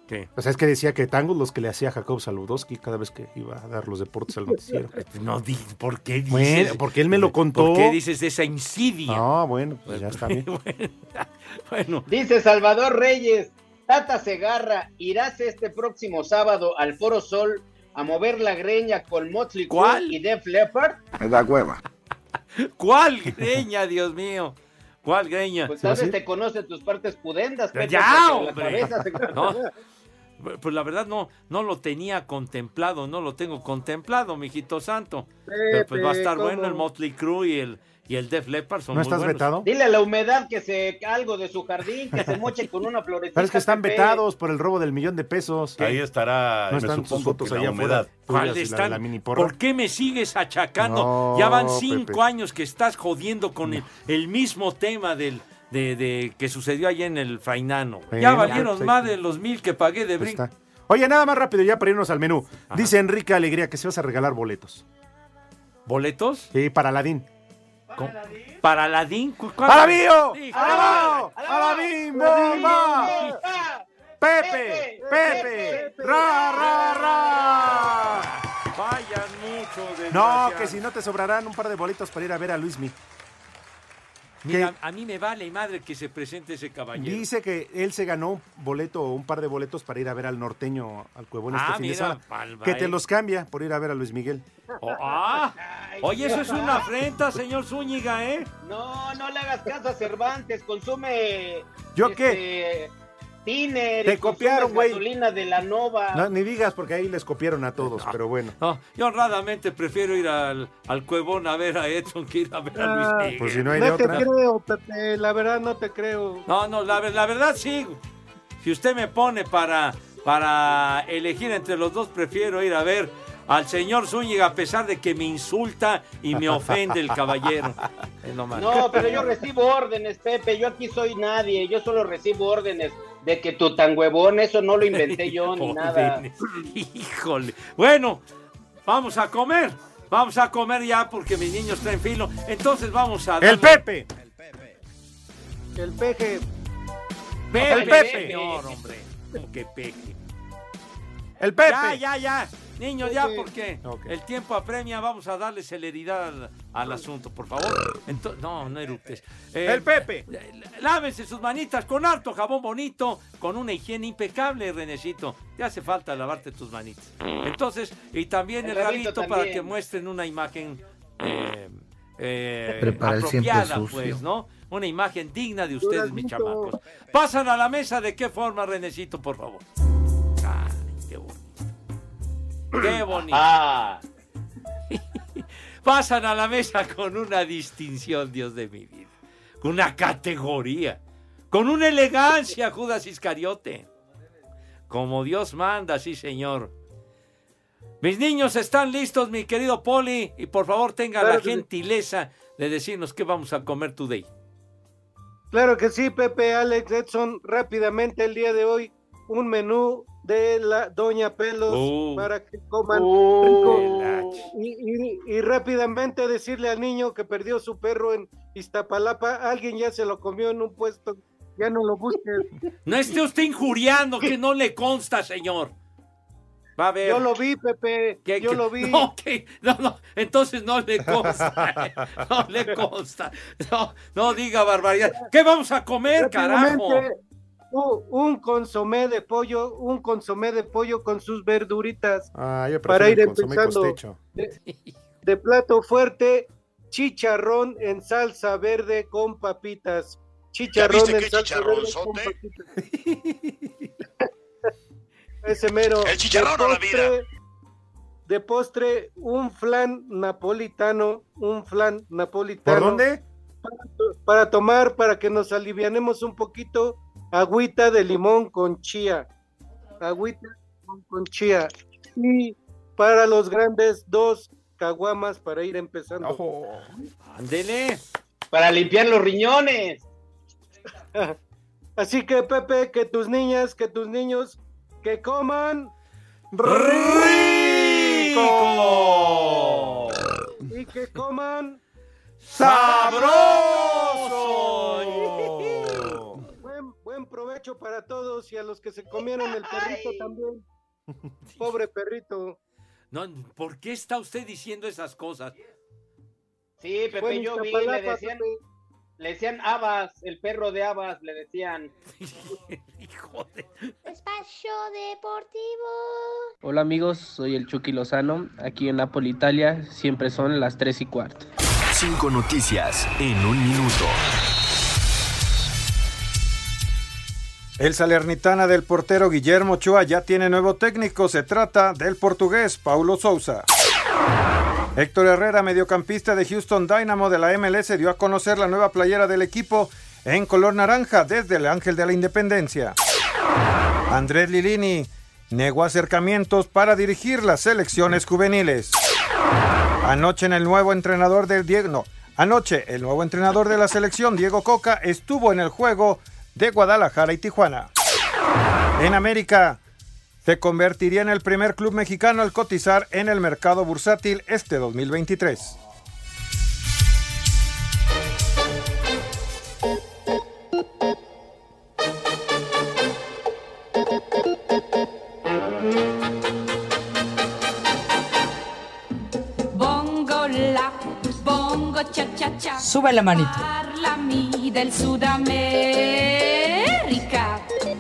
¿Qué? O sea, es que decía que tangos los que le hacía Jacob Saludowski cada vez que iba a dar los deportes al noticiero. No, ¿por qué dices? Bueno, porque él me lo contó. ¿Por qué dices esa insidia? No, bueno, pues ya está bien. Bueno. Dice Salvador Reyes, Tata Segarra, ¿irás este próximo sábado al Foro Sol a mover la greña con Motley Crue y Def Leppard? Me da hueva. ¿Cuál greña, Dios mío? ¿Cuál greña? Pues tal vez te conoce tus partes pudendas. ¡Ya, hombre! No, pues la verdad no lo tenía contemplado, no lo tengo contemplado, mijito santo. Pero pues va a estar bueno el Motley Crue y el Def Leppard, son ¿No muy estás buenos. vetado? Dile a la humedad que se algo de su jardín, que se moche con una florecita. Pero es que están Pepe. vetados por el robo del $1,000,000. Ahí estará, No me están sus supongo fotos que la allá humedad. afuera. ¿Cuál Tuyas y la están? de la mini porra. ¿Por qué me sigues achacando? No, Ya van 5 Pepe. años que estás jodiendo con el mismo tema de que sucedió allá en el Fainano. Bueno, Ya valieron perfecto. más de los 1,000 que pagué de brinco. Está. Oye, nada más rápido ya para irnos al menú. Dice Enrique Alegría que se vas a regalar boletos. ¿Boletos? Sí, para Aladín. ¿Para Aladín? ¡Alabío! Sí, ¡Alabao! ¡Alabín! ¡Bomba! ¡Pepe! ¡Pepe! ¡Ra, ra, ra! Vayan mucho, No, desgraciados. que si no te sobrarán un par de boletos para ir a ver a Luismi. Mira, a mí me vale madre que se presente ese caballero. Dice que él se ganó un par de boletos para ir a ver al norteño, al Cuevón este fin de mira, semana. palma, Que te los cambia por ir a ver a Luis Miguel. Oye, eso es una afrenta, señor Zúñiga, ¿eh? No le hagas caso a Cervantes, consume... ¿Yo qué? Tiner, Te copiaron, güey. gasolina de la Nova. No, ni digas porque ahí les copiaron a todos, pero bueno. No, yo honradamente prefiero ir al Cuevón a ver a Edson que ir a ver a Luis Miguel. Pues si no hay de No te otra. creo, Pepe, la verdad no te creo. No, la verdad sí. Si usted me pone para elegir entre los dos, prefiero ir a ver al señor Zúñiga, a pesar de que me insulta y me ofende el caballero. No, pero yo recibo órdenes, Pepe. Yo aquí soy nadie. Yo solo recibo órdenes de que tu tan huevón, eso no lo inventé yo ni nada. Híjole. Bueno, vamos a comer. Vamos a comer ya porque mis niños traen filo. Entonces vamos a... ¡El Pepe! El peje. Pepe, ¡El Pepe! señor, hombre. ¿Qué peje? ¡El Pepe! Ya. Niños, ya, Pepe. porque Ok. el tiempo apremia. Vamos a darle celeridad al asunto, por favor. No eructes. ¡El Pepe! Lávense sus manitas con harto jabón bonito, con una higiene impecable, Renecito. Te hace falta lavarte tus manitas. Entonces, y también el rabito también. para que muestren una imagen Prepara el siempre apropiada, sucio. pues, ¿no? Una imagen digna de ustedes, mis chamacos. Pasan a la mesa, ¿de qué forma, Renecito, por favor? Ay, qué bonito. Qué bonito. Pasan a la mesa con una distinción, Dios de mi vida. Con una categoría. Con una elegancia, Judas Iscariote. Como Dios manda, sí, señor. Mis niños están listos, mi querido Poli. Y por favor, tenga Claro la que sí. gentileza de decirnos qué vamos a comer today. Claro que sí, Pepe, Alex, Edson. Rápidamente el día de hoy, un menú de la Doña Pelos para que coman rico. Y rápidamente decirle al niño que perdió su perro en Iztapalapa, alguien ya se lo comió en un puesto, ya no lo busques. No esté usted injuriando, que no le consta, señor. Va a ver. Yo lo vi, Pepe, yo lo vi. No, entonces no le consta. No le consta. No diga barbaridad. ¿Qué vamos a comer, carajo? Rápidamente, un consomé de pollo con sus verduritas Yo para ir prefiero el consomé empezando. costecho. De plato fuerte, chicharrón en salsa verde con papitas. Chicharrón ¿Ya viste en qué salsa verde con chicharronzote? papitas. Ese mero. El chicharrón a la vida. De postre, un flan napolitano. ¿Por dónde? Para tomar, para que nos alivianemos un poquito, agüita de limón con chía. Y para los grandes, 2 caguamas para ir empezando. Ándele. Para limpiar los riñones. Así que, Pepe, que tus niñas, que tus niños, que coman ¡rico! Y que coman ¡sabroso! Buen provecho. apapacho para todos y a los que se comieron el perrito también. Pobre perrito. No, ¿por qué está usted diciendo esas cosas? Sí, Pepe, yo vi, le decían Abas, el perro de Abas, le decían. Hijo de... Espacio Deportivo. Hola amigos, soy el Chucky Lozano. Aquí en Napoli, Italia, siempre son las 3:15. 5 noticias en un minuto. El Salernitana del portero Guillermo Ochoa ya tiene nuevo técnico. Se trata del portugués Paulo Sousa. Héctor Herrera, mediocampista de Houston Dynamo de la MLS, dio a conocer la nueva playera del equipo en color naranja desde el Ángel de la Independencia. Andrés Lilini negó acercamientos para dirigir las selecciones juveniles. Anoche el nuevo entrenador de la selección, Diego Coca, estuvo en el juego de Guadalajara y Tijuana. En América, se convertiría en el primer club mexicano al cotizar en el mercado bursátil este 2023. Bongo la, bongo cha cha cha. Sube la manito. Parlami del Sudamérica.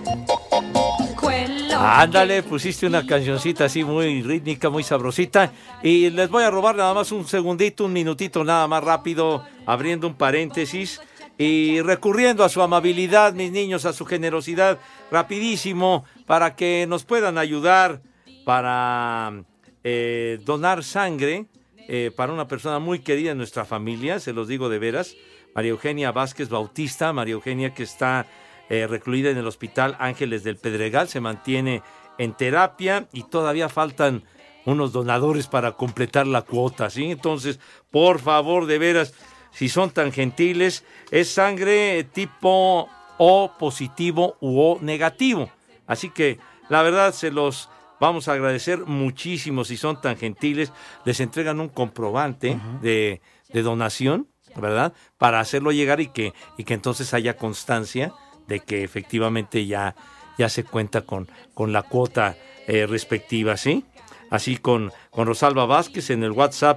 Ándale, pusiste una cancioncita así muy rítmica, muy sabrosita. Y les voy a robar nada más un segundito, un minutito nada más rápido, abriendo un paréntesis y recurriendo a su amabilidad, mis niños, a su generosidad, rapidísimo, para que nos puedan ayudar para donar sangre para una persona muy querida en nuestra familia, se los digo de veras, María Eugenia Vázquez Bautista, María Eugenia que está recluida en el Hospital Ángeles del Pedregal, se mantiene en terapia y todavía faltan unos donadores para completar la cuota, ¿sí? Entonces, por favor, de veras, si son tan gentiles, es sangre tipo O positivo u O negativo. Así que, la verdad, se los vamos a agradecer muchísimo si son tan gentiles. Les entregan un comprobante de donación, ¿verdad? Para hacerlo llegar y que entonces haya constancia de que efectivamente ya se cuenta con la cuota respectiva, ¿sí? Así con Rosalba Vázquez en el WhatsApp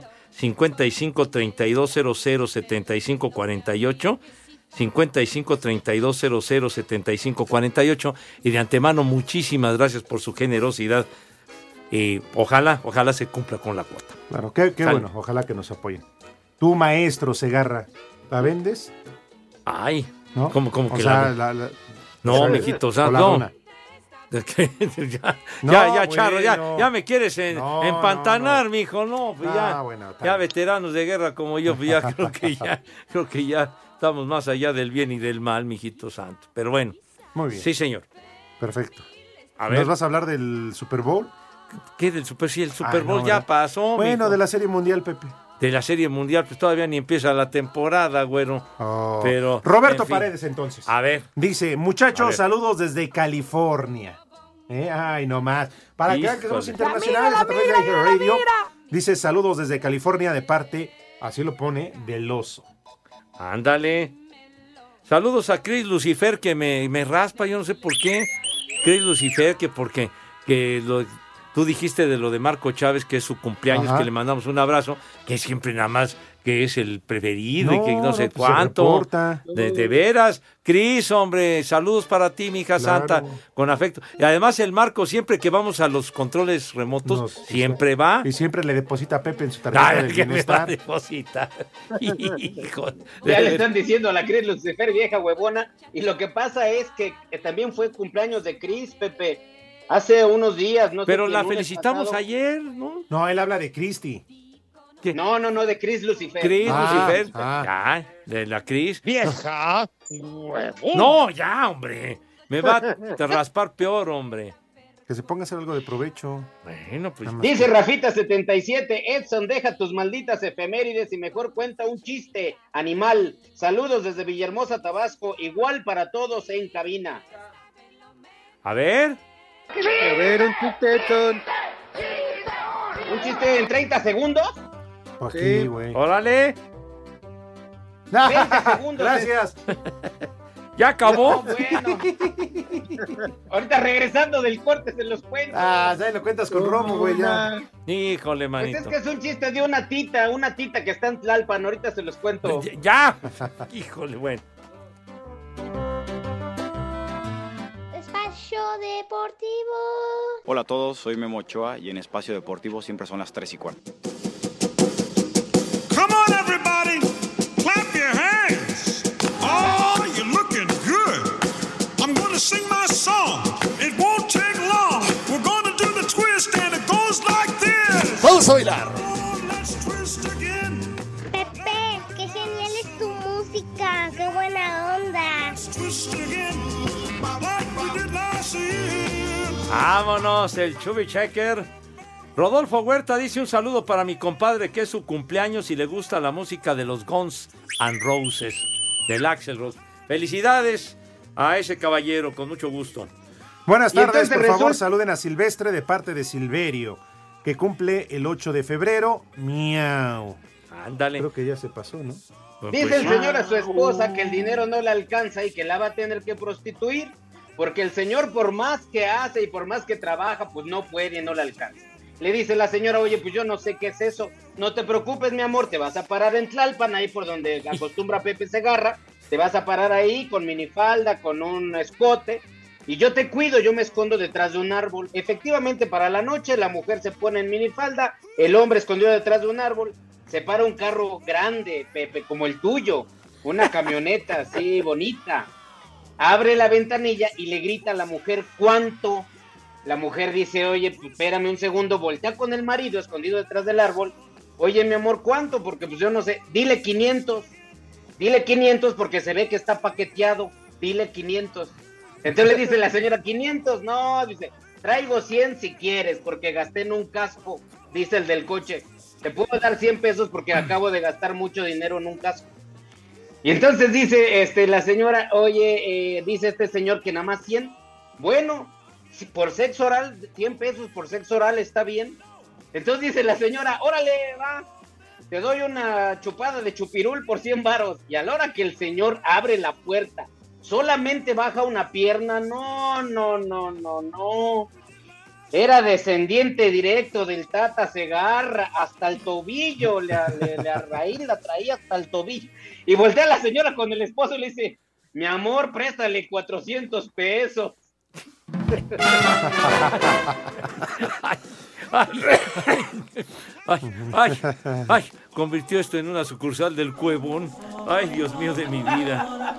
5532007548, 5532007548, y de antemano muchísimas gracias por su generosidad y ojalá se cumpla con la cuota. Claro, qué bueno, ojalá que nos apoyen. Tú, maestro Segarra, ¿la vendes? Ay, ¿no? ¿Cómo que o sea, no, mijito, o sea, no. Ya, Charro, ya me quieres empantanar, mijo, no, pues ya veteranos de guerra como yo, pues ya creo que ya estamos más allá del bien y del mal, mijito santo. Pero bueno. Muy bien. Sí, señor. Perfecto. A ver. ¿Nos vas a hablar del Super Bowl? ¿Qué del Super? Sí, el Super Bowl ya pasó, bueno, mijo. De la Serie Mundial, Pepe. De la Serie Mundial, pues todavía ni empieza la temporada, güero. Pero Roberto Paredes, entonces. A ver. Dice, muchachos, saludos desde California. Ay, no más. Para que vean que somos internacionales a través de iHeart Radio. Dice, saludos desde California de parte, así lo pone, del Oso. Ándale. Saludos a Chris Lucifer, que me raspa, yo no sé por qué. Chris Lucifer, tú dijiste de lo de Marco Chávez, que es su cumpleaños, que le mandamos un abrazo, que siempre nada más que es el preferido y que no sé cuánto. De veras. Cris, hombre, saludos para ti, mi hija santa, con afecto. Y además el Marco, siempre que vamos a los controles remotos, siempre va. Y siempre le deposita a Pepe en su tarjeta de bienestar. Deposita. Hijo. Ya le están diciendo a la Cris Lucifer, vieja huevona. Y lo que pasa es que también fue cumpleaños de Cris, Pepe. Hace unos días, no sé. Pero la felicitamos ayer, ¿no? No, él habla de Cristi. ¿Qué? No, de Cris Lucifer. Lucifer. Ya, de la Cris. ¡Vieja! No, ya, hombre. Me va a raspar peor, hombre. Que se ponga a hacer algo de provecho. Bueno, pues. Dice Rafita77, Edson, deja tus malditas efemérides y mejor cuenta un chiste, animal. Saludos desde Villahermosa, Tabasco. Igual para todos en cabina. A ver, un chiste, Edson. ¿Un chiste en 30 segundos? Aquí, güey. Órale. 20 segundos. Gracias. ¿Ya acabó? Bueno. Ahorita regresando del corte se los cuento. Ah, ya lo cuentas con Romo, güey, ya. Híjole, manito. Pues es que es un chiste de una tita que está en Tlalpan. Ahorita se los cuento. ¡Ya! Híjole, bueno. Espacio Deportivo. Hola a todos, soy Memo Ochoa y en Espacio Deportivo siempre son las 3:15. Come on, everybody, clap your hands. Oh, you're looking good. I'm gonna sing my song. It won't take long. We're gonna do the twist and it goes like this. Vamos a bailar. Pepe, qué genial es tu música, qué buena onda. Vámonos, el Chubby Checker. Rodolfo Huerta dice un saludo para mi compadre que es su cumpleaños y le gusta la música de los Guns N' Roses, del Axl Rose. Felicidades a ese caballero, con mucho gusto. Buenas tardes, por favor, saluden a Silvestre de parte de Silverio, que cumple el 8 de febrero. Miau. Ándale. Creo que ya se pasó, ¿no? Dice el señor a su esposa que el dinero no le alcanza y que la va a tener que prostituir, porque el señor por más que hace y por más que trabaja, pues no puede y no le alcanza. Le dice la señora, oye, pues yo no sé qué es eso. No te preocupes, mi amor, te vas a parar en Tlalpan, ahí por donde acostumbra Pepe Segarra. Te vas a parar ahí con minifalda, con un escote, y yo te cuido, yo me escondo detrás de un árbol. Efectivamente, para la noche, la mujer se pone en minifalda, el hombre escondido detrás de un árbol, se para un carro grande, Pepe, como el tuyo, una camioneta así bonita. Abre la ventanilla y le grita a la mujer, ¿cuánto? La mujer dice, oye, pues, espérame un segundo, voltea con el marido escondido detrás del árbol. Oye, mi amor, ¿cuánto? Porque pues yo no sé, dile 500. Dile 500 porque se ve que está paqueteado. Dile 500. Entonces le dice la señora, 500, no, dice, traigo 100 si quieres, porque gasté en un casco, dice el del coche. Te puedo dar 100 pesos porque acabo de gastar mucho dinero en un casco. Y entonces dice la señora, oye, dice este señor que nada más 100. Bueno, si por sexo oral, 100 pesos por sexo oral está bien. Entonces dice la señora, órale, va, te doy una chupada de chupirul por 100 varos. Y a la hora que el señor abre la puerta, solamente baja una pierna, no. Era descendiente directo del Tata Segarra, hasta el tobillo, la raíz la traía hasta el tobillo. Y voltea a la señora con el esposo y le dice, mi amor, préstale 400 pesos. Ay, convirtió esto en una sucursal del Cuevón. Ay, Dios mío de mi vida.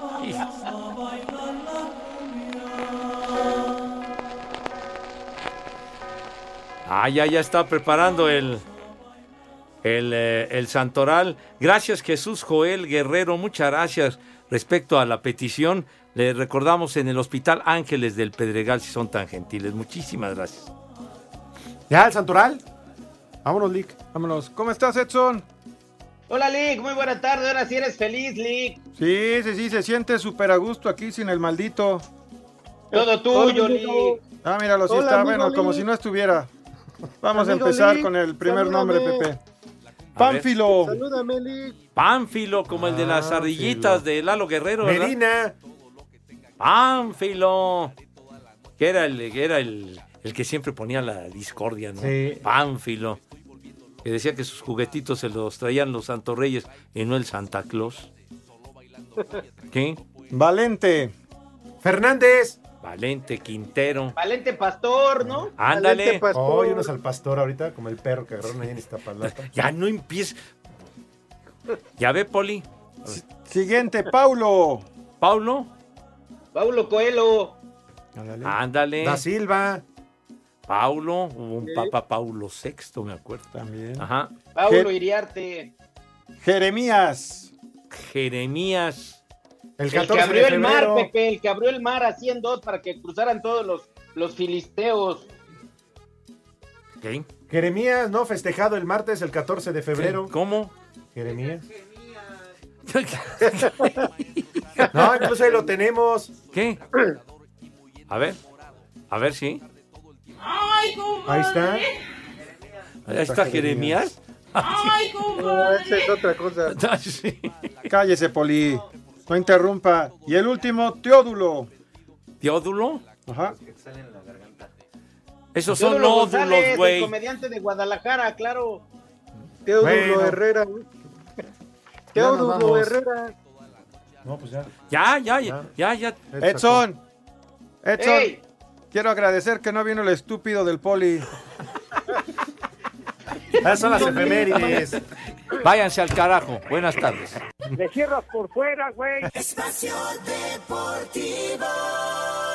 Ya está preparando el santoral. Gracias, Jesús Joel Guerrero, muchas gracias. Respecto a la petición, le recordamos en el Hospital Ángeles del Pedregal, si son tan gentiles. Muchísimas gracias. ¿Ya el santoral? Vámonos, Lick. Vámonos. ¿Cómo estás, Edson? Hola, Lick. Muy buena tarde. Ahora sí eres feliz, Lick. Sí. Se siente súper a gusto aquí sin el maldito. Todo tuyo, Lick. Míralo, sí está bueno, como si no estuviera. Vamos a empezar Lick con el primer nombre, Pepe. Pánfilo. Salúdame, Lick. Pánfilo, como el de las ardillitas de Lalo Guerrero, ¿verdad? Medina. Pánfilo. Que era el que siempre ponía la discordia, ¿no? Sí. Pánfilo. Que decía que sus juguetitos se los traían los Santos Reyes y no el Santa Claus. ¿Qué? Valente. Fernández. Valente Quintero. Valente Pastor, ¿no? Ándale. Hoy unos al pastor ahorita, como el perro que agarraron ahí en Iztapalapa. Ya no empieces. Ya ve, Poli. Siguiente, Paulo. ¿Paulo? Paulo Coelho. Ándale. Da Silva. Paulo, hubo un Papa Paulo VI, me acuerdo. También. Ajá. Paulo Iriarte. Jeremías. El que abrió el mar, Pepe, el que abrió el mar haciendo para que cruzaran todos los filisteos. ¿Qué? Jeremías, ¿no? Festejado el martes, el 14 de febrero. ¿Qué? ¿Cómo? Jeremías. No, incluso ahí lo tenemos. ¿Qué? A ver si. Ahí está. Ahí está Jeremías. No, esa es otra cosa. Sí. Cállese, Poli. No interrumpa. Y el último, Teodulo. ¿Teodulo? Ajá. Esos son Teodulo nódulos, González, güey. el comediante de Guadalajara, claro. Teodulo Herrera. Teodulo vamos. Herrera. No, pues ya. Ya. Edson. ¡Ey! Quiero agradecer que no vino el estúpido del Poli. Esas son las efemérides. Váyanse al carajo. Buenas tardes. Le cierras por fuera, güey. Espacio Deportivo.